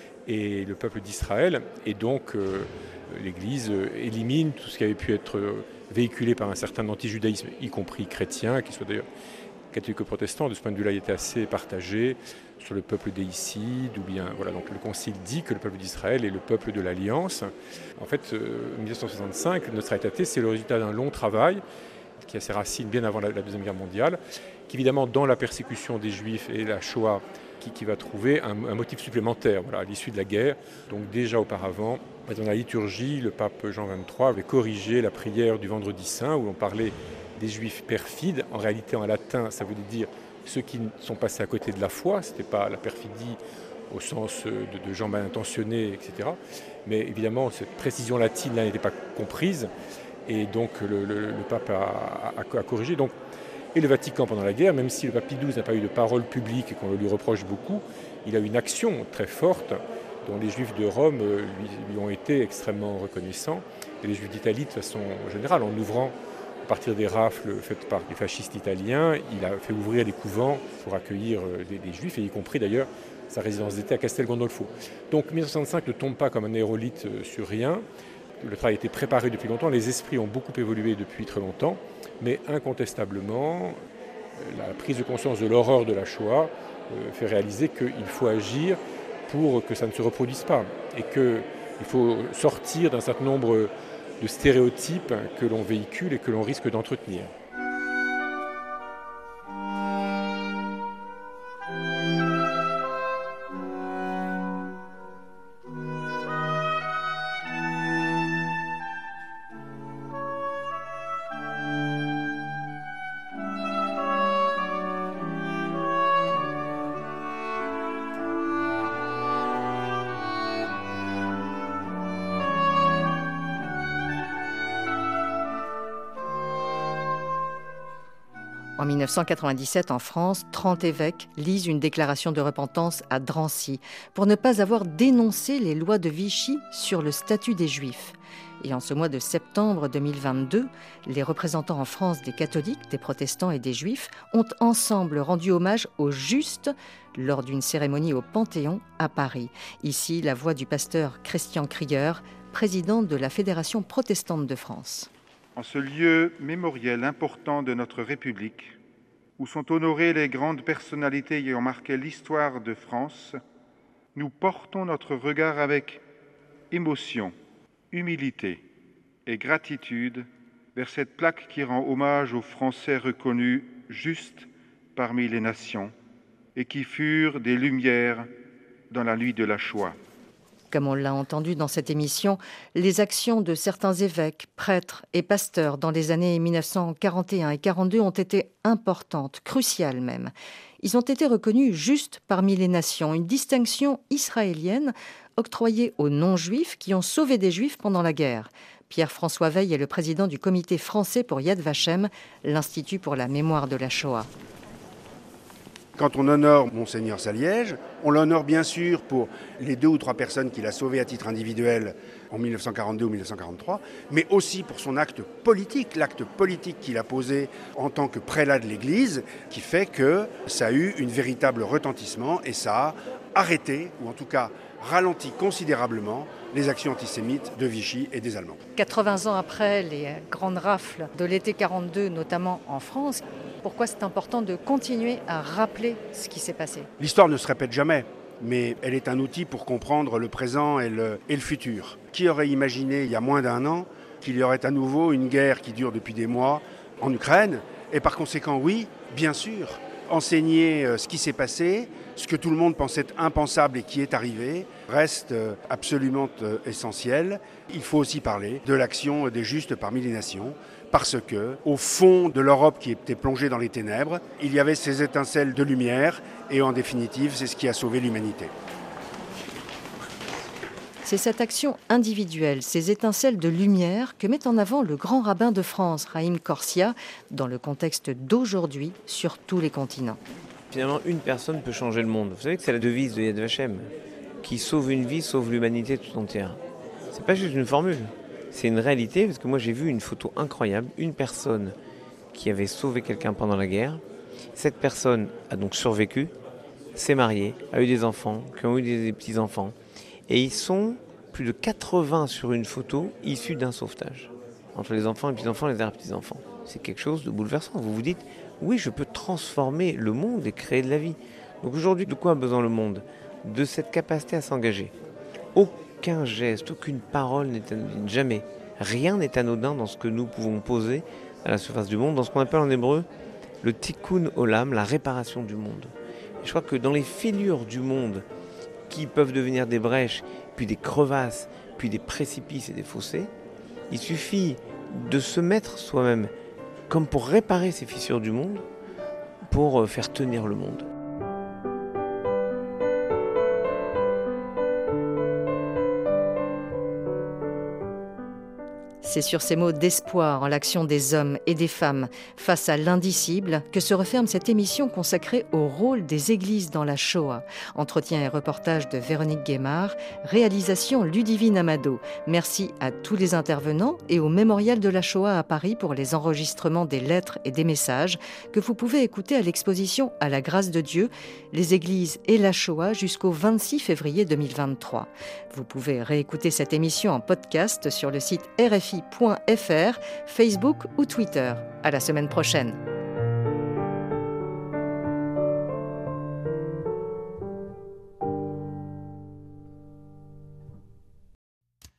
et le peuple d'Israël, et donc euh, l'Église élimine tout ce qui avait pu être véhiculé par un certain anti-judaïsme, y compris chrétien, qui soit d'ailleurs catholique ou protestant. De ce point de vue-là, il était assez partagé sur le peuple déicide, ou bien, voilà, donc le Concile dit que le peuple d'Israël est le peuple de l'Alliance. En fait, euh, mille neuf cent soixante-cinq, Nostra Aetate, c'est le résultat d'un long travail qui a ses racines bien avant la, la Deuxième Guerre mondiale, qui évidemment, dans la persécution des Juifs et la Shoah, qui, qui va trouver un, un motif supplémentaire voilà, à l'issue de la guerre. Donc déjà auparavant, dans la liturgie, le pape Jean vingt-trois avait corrigé la prière du Vendredi Saint, où on parlait des Juifs perfides. En réalité, en latin, ça voulait dire ceux qui sont passés à côté de la foi. Ce n'était pas la perfidie au sens de, de gens mal intentionnés, et cetera. Mais évidemment, cette précision latine-là n'était pas comprise. Et donc, le, le, le pape a, a, a corrigé. Donc, et le Vatican, pendant la guerre, même si le pape Pie douze n'a pas eu de parole publique et qu'on le lui reproche beaucoup, il a eu une action très forte dont les Juifs de Rome lui, lui ont été extrêmement reconnaissants. Et les Juifs d'Italie, de façon générale, en ouvrant à partir des rafles faites par les fascistes italiens, il a fait ouvrir des couvents pour accueillir des, des Juifs, et y compris d'ailleurs sa résidence d'été à Castel Gandolfo. Donc mille neuf cent soixante-cinq ne tombe pas comme un aérolithe sur rien. Le travail a été préparé depuis longtemps, les esprits ont beaucoup évolué depuis très longtemps, mais incontestablement, la prise de conscience de l'horreur de la Shoah fait réaliser qu'il faut agir pour que ça ne se reproduise pas, et qu'il faut sortir d'un certain nombre de stéréotypes que l'on véhicule et que l'on risque d'entretenir. En mille neuf cent quatre-vingt-dix-sept, en France, trente évêques lisent une déclaration de repentance à Drancy pour ne pas avoir dénoncé les lois de Vichy sur le statut des Juifs. Et en ce mois de septembre deux mille vingt-deux, les représentants en France des catholiques, des protestants et des juifs ont ensemble rendu hommage aux justes lors d'une cérémonie au Panthéon à Paris. Ici, la voix du pasteur Christian Krieger, présidente de la Fédération protestante de France. En ce lieu mémoriel important de notre République, où sont honorées les grandes personnalités ayant marqué l'histoire de France, nous portons notre regard avec émotion, humilité et gratitude vers cette plaque qui rend hommage aux Français reconnus justes parmi les nations et qui furent des lumières dans la nuit de la Shoah. Comme on l'a entendu dans cette émission, les actions de certains évêques, prêtres et pasteurs dans les années mille neuf cent quarante et un et quarante-deux ont été importantes, cruciales même. Ils ont été reconnus justes parmi les nations, une distinction israélienne octroyée aux non-juifs qui ont sauvé des juifs pendant la guerre. Pierre-François Veil est le président du comité français pour Yad Vashem, l'Institut pour la mémoire de la Shoah. Quand on honore Monseigneur Saliège, on l'honore bien sûr pour les deux ou trois personnes qu'il a sauvées à titre individuel en mille neuf cent quarante-deux ou mille neuf cent quarante-trois, mais aussi pour son acte politique, l'acte politique qu'il a posé en tant que prélat de l'Église, qui fait que ça a eu un véritable retentissement et ça a arrêté, ou en tout cas ralenti considérablement, les actions antisémites de Vichy et des Allemands. quatre-vingts ans après les grandes rafles de l'été quarante-deux, notamment en France, pourquoi c'est important de continuer à rappeler ce qui s'est passé ? L'histoire ne se répète jamais, mais elle est un outil pour comprendre le présent et le, et le futur. Qui aurait imaginé il y a moins d'un an qu'il y aurait à nouveau une guerre qui dure depuis des mois en Ukraine ? Et par conséquent, oui, bien sûr, enseigner ce qui s'est passé, ce que tout le monde pensait impensable et qui est arrivé, reste absolument essentiel. Il faut aussi parler de l'action des justes parmi les nations, parce que, au fond de l'Europe qui était plongée dans les ténèbres, il y avait ces étincelles de lumière, et en définitive, c'est ce qui a sauvé l'humanité. C'est cette action individuelle, ces étincelles de lumière que met en avant le grand rabbin de France, Raïm Corsia, dans le contexte d'aujourd'hui sur tous les continents. Finalement, une personne peut changer le monde. Vous savez que c'est la devise de Yad Vashem. Qui sauve une vie, sauve l'humanité tout entière. C'est pas juste une formule, c'est une réalité, parce que moi j'ai vu une photo incroyable, une personne qui avait sauvé quelqu'un pendant la guerre. Cette personne a donc survécu, s'est mariée, a eu des enfants, qui ont eu des petits-enfants. Et ils sont plus de quatre-vingts sur une photo issus d'un sauvetage. Entre les enfants, les petits-enfants et les arrière-petits-enfants. C'est quelque chose de bouleversant. Vous vous dites, oui, je peux transformer le monde et créer de la vie. Donc aujourd'hui, de quoi a besoin le monde ? De cette capacité à s'engager. Aucun geste, aucune parole n'est anodine, jamais. Rien n'est anodin dans ce que nous pouvons poser à la surface du monde, dans ce qu'on appelle en hébreu le tikkun olam, la réparation du monde. Et je crois que dans les fêlures du monde, qui peuvent devenir des brèches, puis des crevasses, puis des précipices et des fossés, il suffit de se mettre soi-même comme pour réparer ces fissures du monde, pour faire tenir le monde. C'est sur ces mots d'espoir en l'action des hommes et des femmes face à l'indicible que se referme cette émission consacrée au rôle des églises dans la Shoah. Entretien et reportage de Véronique Guémard, réalisation Ludivine Amado. Merci à tous les intervenants et au Mémorial de la Shoah à Paris pour les enregistrements des lettres et des messages que vous pouvez écouter à l'exposition À la grâce de Dieu, les églises et la Shoah jusqu'au vingt-six février deux mille vingt-trois. Vous pouvez réécouter cette émission en podcast sur le site R F I point F R, Facebook ou Twitter. À la semaine prochaine.